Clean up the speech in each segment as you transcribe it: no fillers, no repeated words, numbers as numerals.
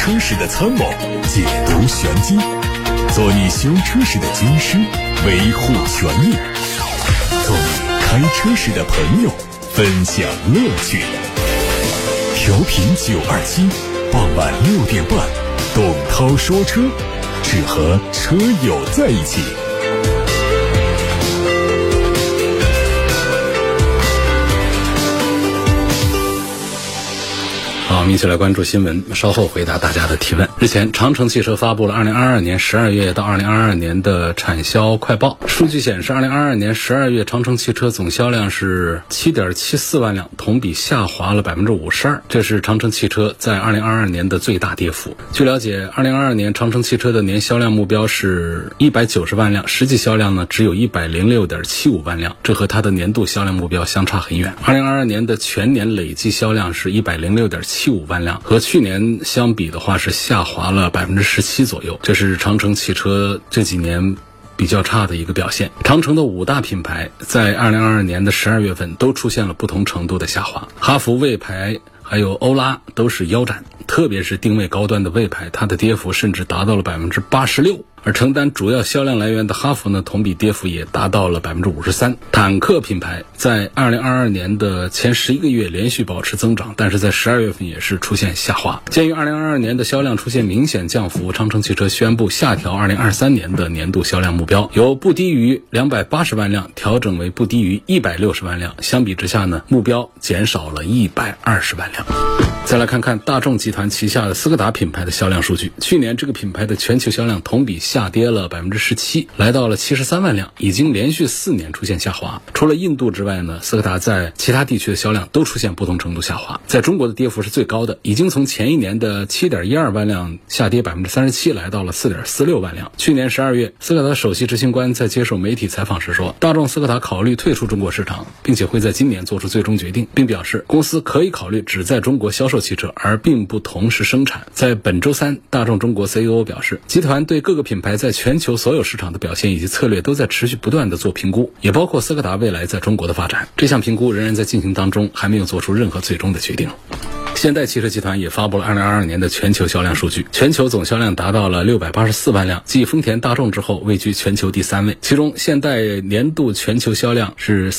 车时的参谋，解读玄机，做你修车时的军师，维护权益，做你开车时的朋友，分享乐趣。调频927，傍晚6点半，董涛说车，只和车友在一起。 好，我们一起来关注新闻，稍后回答大家的提问。日前，长城汽车发布了2022年12月到2022年的产销快报。数据显示，2022年12月长城汽车总销量是 7.74 万辆，同比下滑了 52%， 这是长城汽车在2022年的最大跌幅。据了解，2022年长城汽车的年销量目标是190万辆，实际销量呢只有 106.75 万辆，这和它的年度销量目标相差很远。2022年的全年累计销量是 106.75 万辆，和去年相比的话是下滑了 17% 左右，这是长城汽车这几年比较差的一个表现。长城的5大品牌在2022年的12月份都出现了不同程度的下滑，哈弗、魏牌还有欧拉都是腰斩，特别是定位高端的魏牌，它的跌幅甚至达到了 86%。而承担主要销量来源的哈弗呢，同比跌幅也达到了 53%。坦克品牌在2022年的前11个月连续保持增长，但是在12月份也是出现下滑。鉴于2022年的销量出现明显降幅，长城汽车宣布下调2023年的年度销量目标，由不低于280万辆调整为不低于160万辆。相比之下呢，目标减少了120万辆。再来看看大众集团旗下的斯柯达品牌的销量数据。去年这个品牌的全球销量同比下跌了 17%， 来到了73万辆，已经连续4年出现下滑。除了印度之外呢，斯柯达在其他地区的销量都出现不同程度下滑。在中国的跌幅是最高的，已经从前一年的 7.12 万辆下跌 37%， 来到了 4.46 万辆。去年12月，斯柯达首席执行官在接受媒体采访时说，大众斯柯达考虑退出中国市场，并且会在今年做出最终决定，并表示公司可以考虑只在中国销售汽车，而并不同时生产。在本周三，大众中国 CEO 表示，集团对各个品牌在全球所有市场的表现以及策略都在持续不断的做评估，也包括斯柯达未来在中国的发展。这项评估仍然在进行当中，还没有做出任何最终的决定。现代汽车集团也发布了2022年的全球销量数据，全球总销量达到了684万辆，继丰田、大众之后位居全球第3位。其中现代年度全球销量是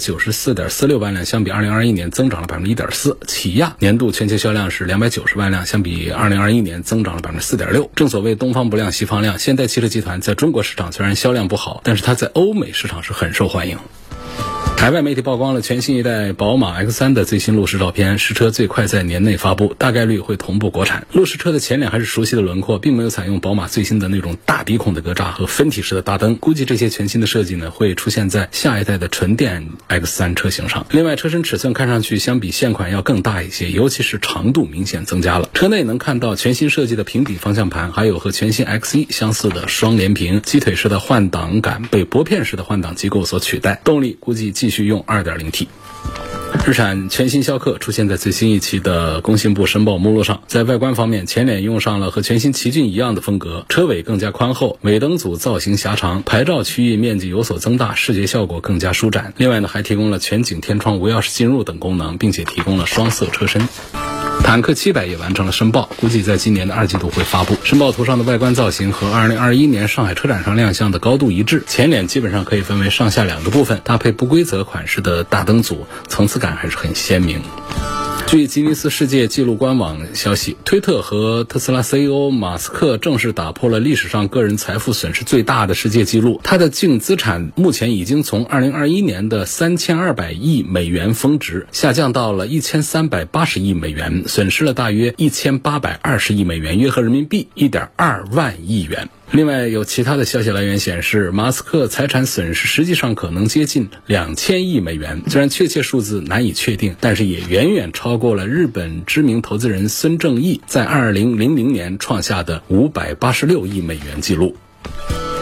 394.46 万辆，相比2021年增长了 1.4%。起亚年度全球销量是290万辆，相比2021年增长了 4.6%。正所谓东方不亮西方亮，现代汽车集团在中国市场虽然销量不好，但是它在欧美市场是很受欢迎。海外媒体曝光了全新一代宝马 X3 的最新路试照片，实车最快在年内发布，大概率会同步国产。路试车的前脸还是熟悉的轮廓，并没有采用宝马最新的那种大鼻孔的格栅和分体式的大灯，估计这些全新的设计呢会出现在下一代的纯电 X3 车型上。另外，车身尺寸看上去相比现款要更大一些，尤其是长度明显增加了。车内能看到全新设计的平底方向盘，还有和全新 X1 相似的双联屏，鸡腿式的换挡杆被拨片式的换挡机构所取代，动力估计继续用 2.0T。 日产全新逍客出现在最新一期的工信部申报目录上。在外观方面，前脸用上了和全新奇骏一样的风格，车尾更加宽厚，尾灯组造型狭长，牌照区域面积有所增大，视觉效果更加舒展。另外呢，还提供了全景天窗、无钥匙进入等功能，并且提供了双色车身。坦克700也完成了申报，估计在今年的2季度会发布。申报图上的外观造型和2021年上海车展上亮相的高度一致，前脸基本上可以分为上下2个部分，搭配不规则款式的大灯组，层次感还是很鲜明。据吉尼斯世界纪录官网消息，推特和特斯拉 CEO 马斯克正式打破了历史上个人财富损失最大的世界纪录，他的净资产目前已经从2021年的3200亿美元峰值下降到了1380亿美元，损失了大约1820亿美元，约合人民币 1.2万亿元。另外有其他的消息来源显示，马斯克财产损失实际上可能接近2000亿美元，虽然确切数字难以确定，但是也远远超过了日本知名投资人孙正义在2000年创下的586亿美元纪录。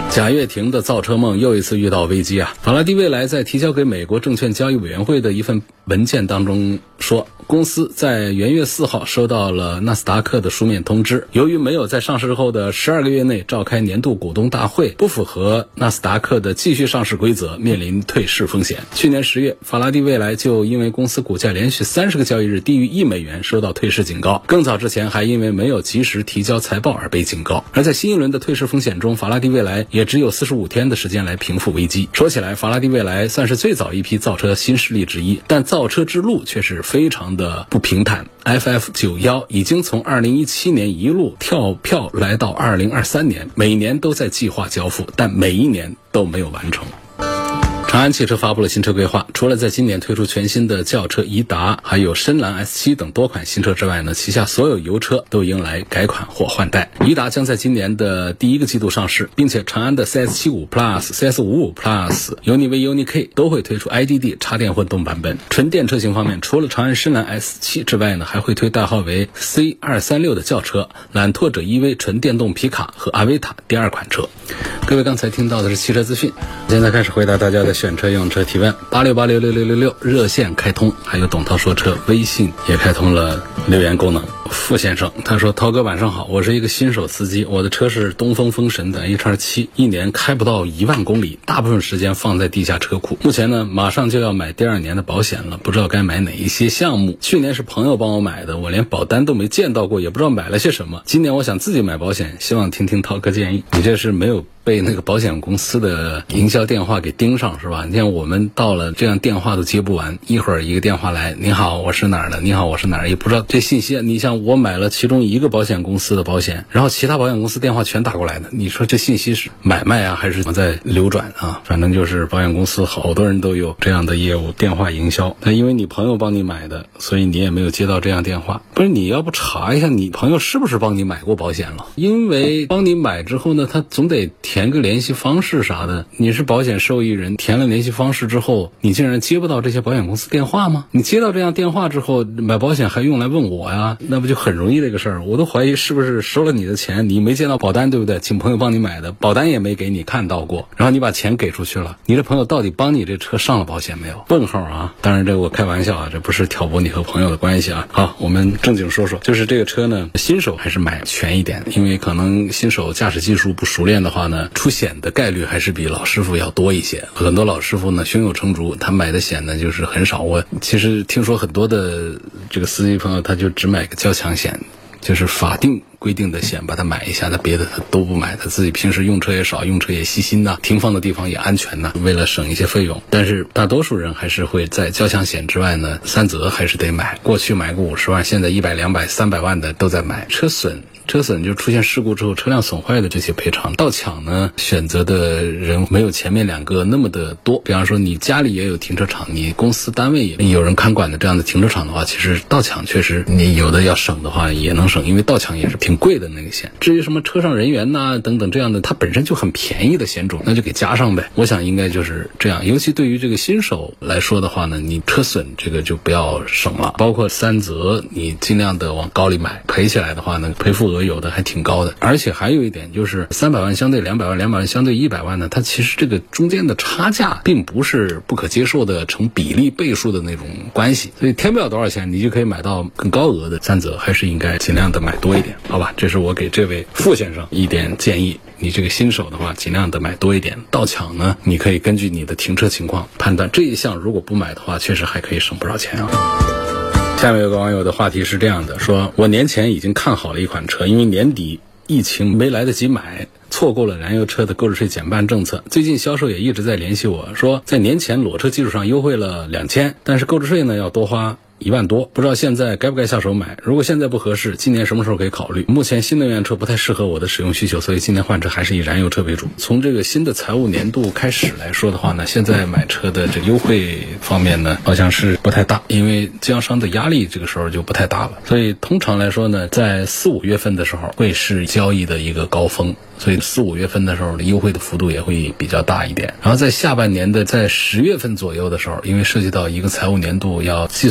贾跃亭的造车梦又一次遇到危机啊！法拉第未来在提交给美国证券交易委员会的一份文件当中说，公司在元月4号收到了纳斯达克的书面通知，由于没有在上市后的12个月内召开年度股东大会，不符合纳斯达克的继续上市规则，面临退市风险。去年10月，法拉第未来就因为公司股价连续30个交易日低于$1收到退市警告，更早之前还因为没有及时提交财报而被警告。而在新一轮的退市风险中，法拉第未来也只有45天的时间来平复危机。说起来，法拉第未来算是最早一批造车新势力之一，但造车之路却是非常的不平坦。FF91 已经从2017年一路跳票来到2023年，每年都在计划交付，但每一年都没有完成。长安汽车发布了新车规划，除了在今年推出全新的轿车颐达，还有深蓝 S7 等多款新车之外呢，旗下所有油车都迎来改款或换代。颐达将在今年的第一个季度上市，并且长安的 CS75 Plus、CS55 Plus、UNI-V、UNI-K 都会推出 IDD 插电混动版本。纯电车型方面，除了长安深蓝 S7 之外呢，还会推代号为 C236 的轿车、揽拓者 EV 纯电动皮卡和阿维塔第2款车。各位刚才听到的是汽车资讯，现在开始回答大家的选车用车提问。86866666热线开通，还有董涛说车微信也开通了留言功能。傅先生他说，涛哥晚上好，我是一个新手司机，我的车是东风风神的 HR7， 一年开不到1万公里，大部分时间放在地下车库。目前呢，马上就要买第2年的保险了，不知道该买哪一些项目。去年是朋友帮我买的，我连保单都没见到过，也不知道买了些什么。今年我想自己买保险，希望听听涛哥建议。你这是没有被那个保险公司的营销电话给盯上是吧？你看我们到了这样电话都接不完，一会儿一个电话来，你好我是哪儿的，你好我是哪儿，也不知道这信息。你像我买了其中一个保险公司的保险，然后其他保险公司电话全打过来的，你说这信息是买卖啊还是在流转啊？反正就是保险公司好多人都有这样的业务，电话营销。那因为你朋友帮你买的，所以你也没有接到这样电话。不是，你要不查一下你朋友是不是帮你买过保险了？因为帮你买之后呢，他总得填个联系方式啥的，你是保险受益人，填了联系方式之后，你竟然接不到这些保险公司电话吗？你接到这样电话之后，买保险还用来问我呀？那不就很容易这个事儿？我都怀疑是不是收了你的钱，你没接到保单，对不对？请朋友帮你买的，保单也没给你看到过，然后你把钱给出去了，你这朋友到底帮你这车上了保险没有？问号啊！当然这个我开玩笑啊，这不是挑拨你和朋友的关系啊。好，我们正经说说，就是这个车呢，新手还是买全一点，因为可能新手驾驶技术不熟练的话呢，出险的概率还是比老师傅要多一些。很多老师傅呢胸有成竹，他买的险呢就是很少。我其实听说很多的这个司机朋友，他就只买个交强险，就是法定规定的险把它买一下，他别的他都不买，他自己平时用车也少，用车也细心呐，停放的地方也安全呐，为了省一些费用。但是大多数人还是会在交强险之外呢，三责还是得买。过去买个50万，现在100、200、300万的都在买。车损就出现事故之后车辆损坏的这些赔偿，盗抢呢选择的人没有前面2个那么的多。比方说你家里也有停车场，你公司单位也有人看管的这样的停车场的话，其实盗抢确实你有的要省的话也能省，因为盗抢也是挺贵的那个险。至于什么车上人员呐等等这样的，它本身就很便宜的险种，那就给加上呗。我想应该就是这样。尤其对于这个新手来说的话呢，你车损这个就不要省了，包括三责你尽量的往高里买，赔起来的话呢，赔付额有的还挺高的。而且还有一点就是300万相对200万，200万相对100万呢，它其实这个中间的差价并不是不可接受的成比例倍数的那种关系，所以添不了多少钱你就可以买到更高额的三责，还是应该尽量的买多一点，好吧？这是我给这位傅先生一点建议。你这个新手的话尽量的买多一点，盗抢呢你可以根据你的停车情况判断，这一项如果不买的话确实还可以省不少钱啊。下面有个网友的话题是这样的，说我年前已经看好了一款车，因为年底疫情没来得及买，错过了燃油车的购置税减半政策。最近销售也一直在联系我说，在年前裸车基础上优惠了2000，但是购置税呢要多花1万多，不知道现在该不该下手买。如果现在不合适，今年什么时候可以考虑？目前新能源车不太适合我的使用需求，所以今年换车还是以燃油车为主。从这个新的财务年度开始来说的话呢，现在买车的这个优惠方面呢好像是不太大，因为经销商的压力这个时候就不太大了。所以通常来说呢，在4、5月份的时候会是交易的一个高峰，所以4、5月份的时候的优惠的幅度也会比较大一点。然后在下半年的在10月份左右的时候，因为涉及到一个财务年度要计算了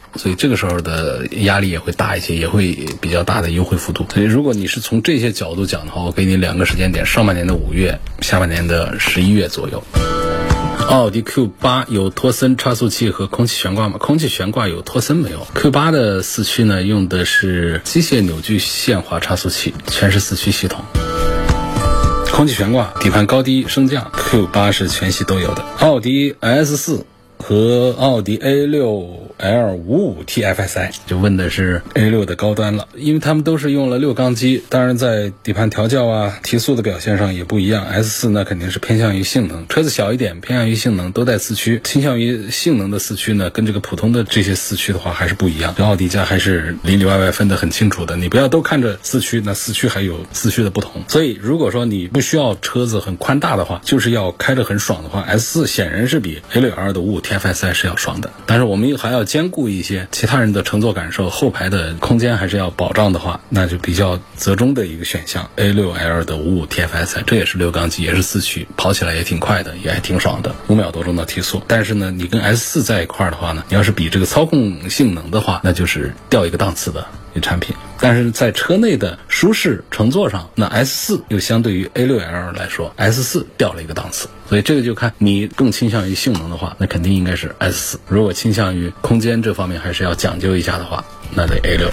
所以这个时候的压力也会大一些，也会比较大的优惠幅度。所以如果你是从这些角度讲的话，我给你2个时间点，上半年的5月，下半年的11月左右。奥迪 Q8 有托森差速器和空气悬挂吗？空气悬挂有，托森没有。Q8 的4驱呢，用的是机械扭矩限滑差速器，全是4驱系统。空气悬挂，底盘高低升降 ，Q8 是全系都有的。奥迪 S4 和奥迪 A6L55 TFSI 就问的是 A6 的高端了，因为他们都是用了6缸机，当然在底盘调教啊、提速的表现上也不一样。S4 呢肯定是偏向于性能，车子小一点，偏向于性能，都带4驱，倾向于性能的4驱呢，跟这个普通的这些4驱的话还是不一样。奥迪家还是里里外外分得很清楚的，你不要都看着4驱，那4驱还有4驱的不同。所以如果说你不需要车子很宽大的话，就是要开着很爽的话， S4 显然是比 A6L 的55 TFSI 是要爽的。但是我们还要兼顾一些其他人的乘坐感受，后排的空间还是要保障的话，那就比较折中的一个选项 A6L 的55 TFSI， 这也是6缸机，也是4驱，跑起来也挺快的，也还挺爽的，5秒多钟的提速。但是呢，你跟 S4 在一块的话呢，你要是比这个操控性能的话，那就是掉一个档次的一个产品。但是在车内的舒适乘坐上，那 S4 又相对于 A6L 来说 ，S4 掉了一个档次。所以这个就看你更倾向于性能的话，那肯定应该是 S4。如果倾向于空间这方面还是要讲究一下的话，那得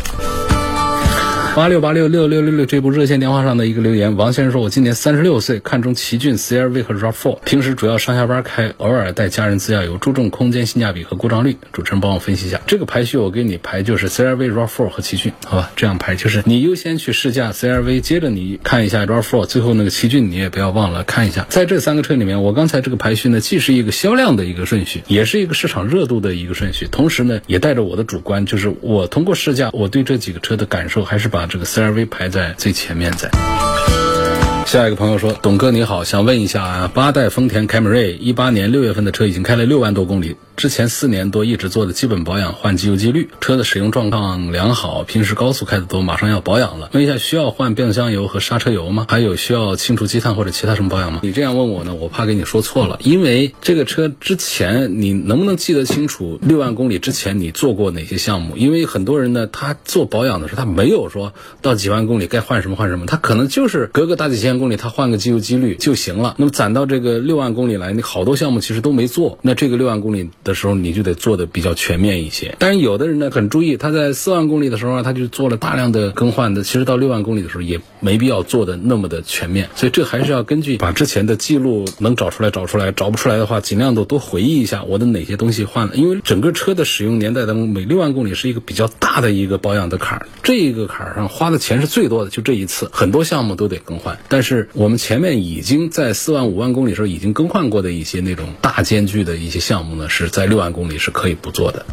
A6。86866666这部热线电话上的一个留言，王先生说，我今年36岁，看中奇骏 CR-V 和 RAV4， 平时主要上下班开，偶尔带家人自驾游，注重空间、性价比和故障率。主持人帮我分析一下这个排序，我给你排就是 CR-V、RAV4 和奇骏，好吧？这样排就是你优先去试驾 CR-V， 接着你看一下 RAV4， 最后那个奇骏你也不要忘了看一下。在这3个车里面，我刚才这个排序呢，既是一个销量的一个顺序，也是一个市场热度的一个顺序，同时呢也带着我的主观，就是我通过试驾，我对这几个车的感受还是把这个 CR-V 排在最前面在。下一个朋友说，董哥你好，想问一下啊，8代丰田凯美瑞18年6月份的车已经开了6万多公里，之前4年多一直做的基本保养，换机油机滤，车的使用状况良好，平时高速开得多，马上要保养了。问一下，需要换变速箱油和刹车油吗？还有需要清除积碳或者其他什么保养吗？你这样问我呢，我怕给你说错了，因为这个车之前你能不能记得清楚6万公里之前你做过哪些项目？因为很多人呢，他做保养的时候他没有说到几万公里该换什么换什么，他可能就是隔个大几千公里他换个机油机滤就行了。那么攒到这个6万公里来，你好多项目其实都没做，那这个6万公里的时候你就得做的比较全面一些。但是有的人呢很注意，他在4万公里的时候他就做了大量的更换的，其实到6万公里的时候也没必要做的那么的全面。所以这还是要根据把之前的记录能找出来，找不出来的话尽量的多回忆一下我的哪些东西换了。因为整个车的使用年代当中，每6万公里是一个比较大的一个保养的坎，这个坎上花的钱是最多的，就这一次很多项目都得更换。但是我们前面已经在4万5万公里的时候已经更换过的一些那种大间距的一些项目呢，是在6万公里是可以不做的。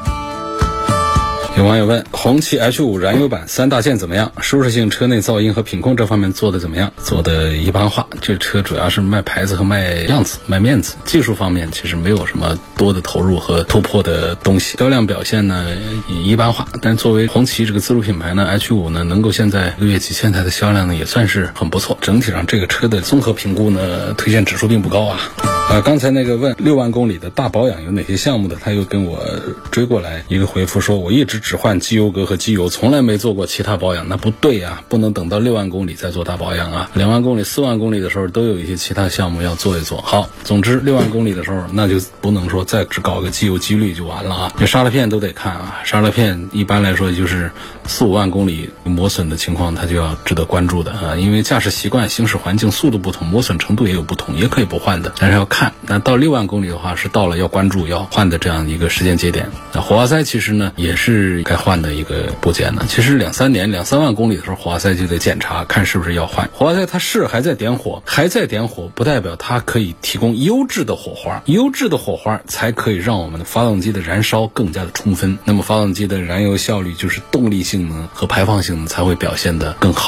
有网友问，红旗 H5 燃油版3大件怎么样？舒适性、车内噪音和品控这方面做的怎么样？做的一般化，这车主要是卖牌子和卖样子、卖面子，技术方面其实没有什么多的投入和突破的东西。销量表现呢也一般化，但作为红旗这个自主品牌呢 ，H5 呢能够现在1个月几千台的销量呢也算是很不错。整体上这个车的综合评估呢，推荐指数并不高啊。刚才那个问6万公里的大保养有哪些项目的，他又跟我追过来一个回复说，我一直只换机油格和机油，从来没做过其他保养。那不对啊，不能等到6万公里再做大保养啊，2万公里、4万公里的时候都有一些其他项目要做一做。好，总之6万公里的时候，那就不能说再只搞个机油机滤就完了啊，这刹车片都得看啊，刹车片一般来说就是4、5万公里磨损的情况，它就要值得关注的啊，因为驾驶习惯、行驶环境、速度不同，磨损程度也有不同，也可以不换的，但是要看。那到6万公里的话，是到了要关注要换的这样一个时间节点。那火花塞其实呢也是该换的一个部件呢。其实2、3年、2、3万公里的时候，火花塞就得检查看是不是要换。火花塞它是还在点火，不代表它可以提供优质的火花，优质的火花才可以让我们的发动机的燃烧更加的充分。那么发动机的燃油效率，就是动力性能和排放性能才会表现得更好、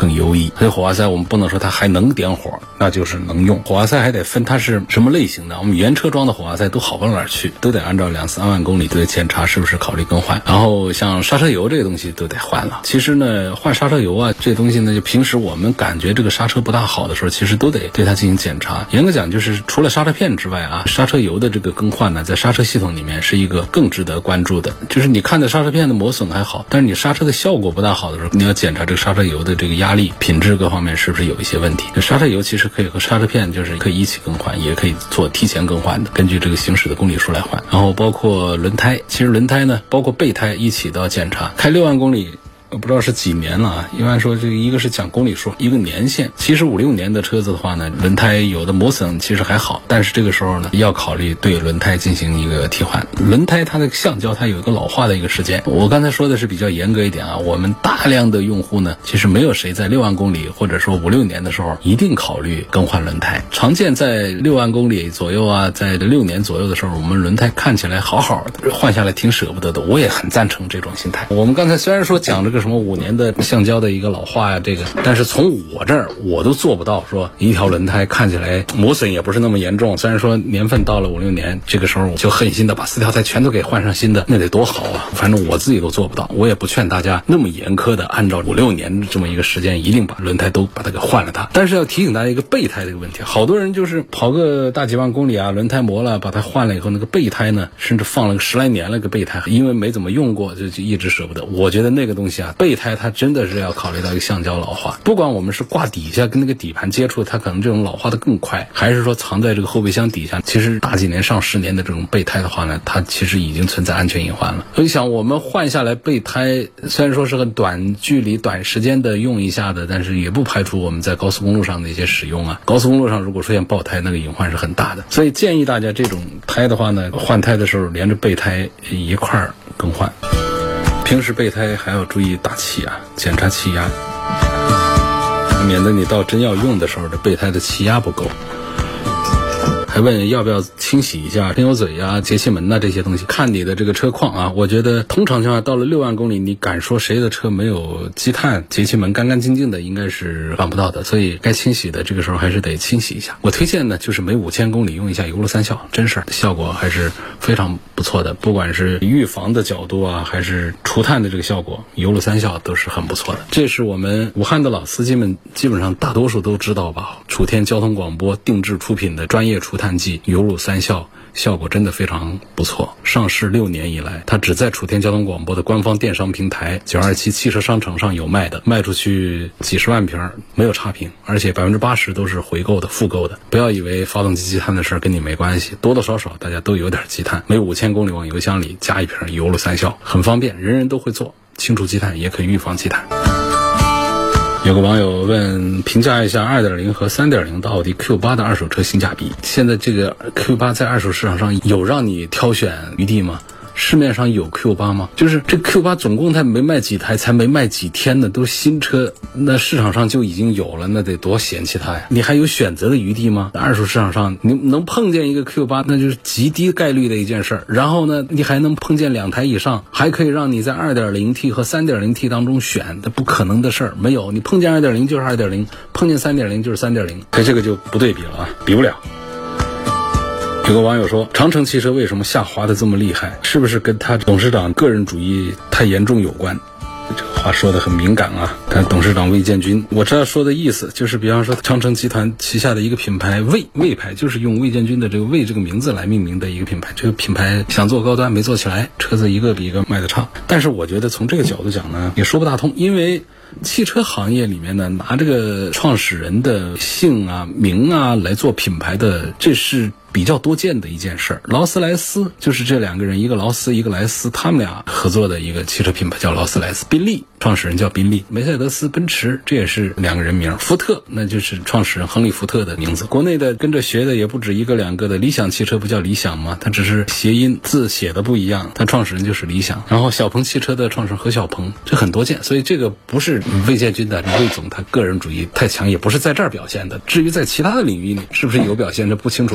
更优异。所以火花塞我们不能说它还能点火，那就是能用。火花塞还得分它是什么类型的，我们原车装的火花塞都好不到哪儿去，都得按照2-3万公里都得检查是不是考虑更换。然后像刹车油这个东西都得换了。其实呢，换刹车油啊这东西呢，就平时我们感觉这个刹车不大好的时候，其实都得对它进行检查。严格讲，就是除了刹车片之外啊，刹车油的这个更换呢，在刹车系统里面是一个更值得关注的。就是你看的刹车片的磨损还好，但是你刹车的效果不大好的时候，你要检查这个刹车油的这个压力、品质各方面是不是有一些问题。刹车油其实可以和刹车片就是可以一起更换，也可以做提前更换的，根据这个行驶的公里数来换。然后包括轮胎，其实轮胎呢，包括备胎一起都要检查。开6万公里。不知道是几年了啊？一般说这个一个是讲公里数，一个年限。其实5-6年的车子的话呢，轮胎有的磨损其实还好，但是这个时候呢，要考虑对轮胎进行一个替换。轮胎它的橡胶它有一个老化的一个时间。我刚才说的是比较严格一点啊，我们大量的用户呢，其实没有谁在6万公里或者说5-6年的时候一定考虑更换轮胎。常见在6万公里左右啊，在6年左右的时候，我们轮胎看起来好好的，换下来挺舍不得的。我也很赞成这种心态。我们刚才虽然说讲这个什么5年的橡胶的一个老化呀，这个，但是从我这儿我都做不到说一条轮胎看起来磨损也不是那么严重。虽然说年份到了5-6年，这个时候我就狠心的把4条胎全都给换上新的，那得多好啊！反正我自己都做不到，我也不劝大家那么严苛的按照5-6年这么一个时间，一定把轮胎都把它给换了它。但是要提醒大家一个备胎的一个问题，好多人就是跑个大几万公里啊，轮胎磨了，把它换了以后，那个备胎呢，甚至放了个10来年了个备胎，因为没怎么用过，就一直舍不得。我觉得那个东西啊，备胎它真的是要考虑到一个橡胶老化，不管我们是挂底下跟那个底盘接触，它可能这种老化的更快，还是说藏在这个后备箱底下，其实大几年上10年的这种备胎的话呢，它其实已经存在安全隐患了。所以想我们换下来备胎，虽然说是很短距离短时间的用一下的，但是也不排除我们在高速公路上的一些使用啊。高速公路上如果出现爆胎，那个隐患是很大的。所以建议大家这种胎的话呢，换胎的时候连着备胎一块儿更换。平时备胎还要注意打气啊，检查气压，免得你到真要用的时候，这备胎的气压不够。还问要不要清洗一下喷油嘴啊、节气门啊这些东西，看你的这个车况啊。我觉得通常情况下到了6万公里，你敢说谁的车没有积碳、节气门干干净净的，应该是办不到的。所以该清洗的这个时候还是得清洗一下。我推荐呢，就是每5000公里用一下油路3效，真事儿，效果还是非常不错的。不管是预防的角度啊，还是除碳的这个效果，油路3效都是很不错的。这是我们武汉的老司机们基本上大多数都知道吧？楚天交通广播定制出品的专业除碳剂油路3效，效果真的非常不错。上市6年以来，它只在楚天交通广播的官方电商平台927汽车商城上有卖的，卖出去几十万瓶，没有差评，而且80%都是回购的、复购的。不要以为发动机积碳的事跟你没关系，多多少少大家都有点积碳。每5000公里往油箱里加一瓶油路3效，很方便，人人都会做，清除积碳也可以预防积碳。有个网友问，评价一下 2.0 和 3.0 的奥迪 Q8 的二手车性价比。现在这个 Q8 在二手市场上有让你挑选余地吗？市面上有 Q8 吗？就是这 Q8 总共才没卖几台，才没卖几天呢，都新车，那市场上就已经有了，那得多嫌弃它呀！你还有选择的余地吗？二手市场上你能碰见一个 Q8， 那就是极低概率的一件事儿。然后呢，你还能碰见2台以上，还可以让你在 2.0T 和 3.0T 当中选，这不可能的事儿。没有，你碰见 2.0 就是 2.0， 碰见 3.0 就是 3.0， 所以这个就不对比了啊，比不了。有个网友说，长城汽车为什么下滑的这么厉害？是不是跟他董事长个人主义太严重有关？这个话说得很敏感啊。但董事长魏建军，我知道说的意思就是，比方说长城集团旗下的一个品牌魏牌，就是用魏建军的这个魏这个名字来命名的一个品牌。这个品牌想做高端没做起来，车子一个比一个卖得差。但是我觉得从这个角度讲呢，也说不大通，因为汽车行业里面呢，拿这个创始人的姓啊、名啊来做品牌的，这是比较多见的一件事儿。劳斯莱斯就是这2个人，一个劳斯一个莱斯，他们俩合作的一个汽车品牌叫劳斯莱斯。宾利创始人叫宾利，梅赛德斯奔驰这也是2个人名。福特那就是创始人亨利福特的名字。国内的跟着学的也不止1个2个的，理想汽车不叫理想吗？它只是谐音字写的不一样，它创始人就是理想。然后小鹏汽车的创始人何小鹏，这很多见。所以这个不是魏建军的魏总他个人主义太强，也不是在这儿表现的。至于在其他的领域里是不是有表现，这不清楚。反正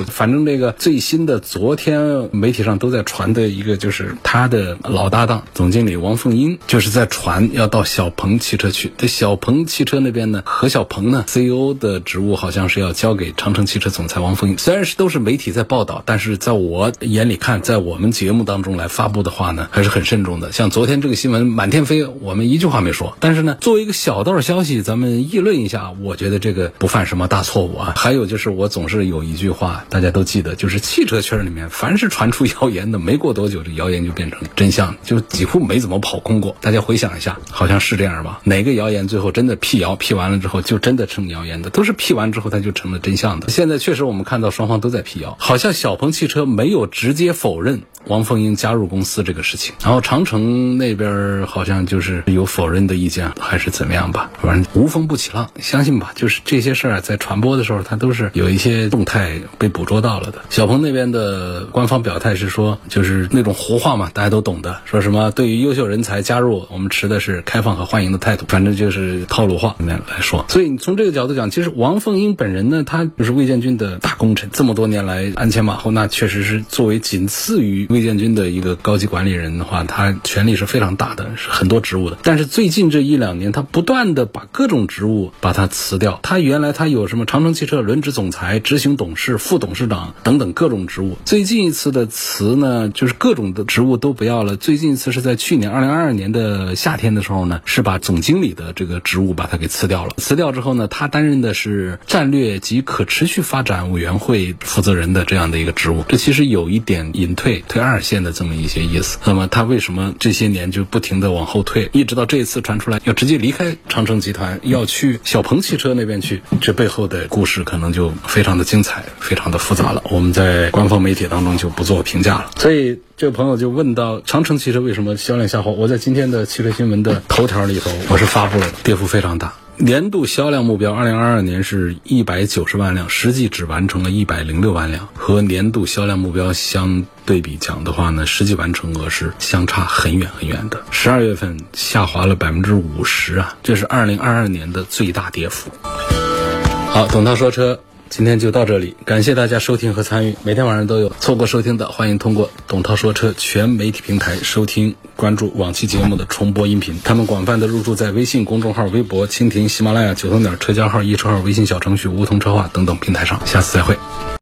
这个最新的，昨天媒体上都在传的一个，就是他的老搭档总经理王凤英，就是在传要到小鹏汽车去。这小鹏汽车那边呢，何小鹏呢 CEO 的职务好像是要交给长城汽车总裁王凤英。虽然是都是媒体在报道，但是在我眼里看，在我们节目当中来发布的话呢，还是很慎重的。像昨天这个新闻满天飞，我们一句话没说，但是呢，作为一个小道消息，咱们议论一下，我觉得这个不犯什么大错误啊。还有就是我总是有一句话大家都记得，就是汽车圈里面凡是传出谣言的，没过多久这谣言就变成真相，就几乎没怎么跑空过。大家回想一下，好像是这样吧？哪个谣言最后真的辟谣，辟完了之后就真的成谣言的，都是辟完之后它就成了真相的。现在确实我们看到双方都在辟谣，好像小鹏汽车没有直接否认王凤英加入公司这个事情，然后长城那边好像就是有否认的意见，还是怎么样吧，反正无风不起浪，相信吧，就是这些事儿在传播的时候，它都是有一些动态被捕捉到了的。小鹏那边的官方表态是说，就是那种胡话嘛，大家都懂的，说什么对于优秀人才加入，我们持的是开放和欢迎的态度，反正就是套路话来说。所以你从这个角度讲，其实王凤英本人呢，他就是魏建军的大功臣，这么多年来鞍前马后，那确实是作为仅次于魏建军的一个高级管理人的话，他权力是非常大的，是很多职务的。但是最近这一两年，他不断的把各种职务把他辞掉。他原来他有什么长城汽车轮值总裁、执行董事、副董事长等等各种职务。最近一次的辞呢，就是各种的职务都不要了。最近一次是在去年2022年的夏天的时候呢，是把总经理的这个职务把他给辞掉了。辞掉之后呢，他担任的是战略及可持续发展委员会负责人的这样的一个职务。这其实有一点隐退二线的这么一些意思。那么他为什么这些年就不停的往后退，一直到这一次传出来要直接离开长城集团，要去小鹏汽车那边去，这背后的故事可能就非常的精彩，非常的复杂了，我们在官方媒体当中就不做评价了。所以这个朋友就问到长城汽车为什么销量下滑，我在今天的汽车新闻的头条里头我是发布了，跌幅非常大。年度销量目标2022年是190万辆，实际只完成了106万辆，和年度销量目标相对比讲的话呢，实际完成额是相差很远很远的。12月份下滑了50%啊，这是2022年的最大跌幅。好，董涛说车今天就到这里，感谢大家收听和参与，每天晚上都有，错过收听的欢迎通过董涛说车全媒体平台收听关注往期节目的重播音频，他们广泛的入驻在微信公众号、微博、蜻蜓、喜马拉雅、9头鸟车家号、一车号、微信小程序、梧桐车话等等平台上。下次再会。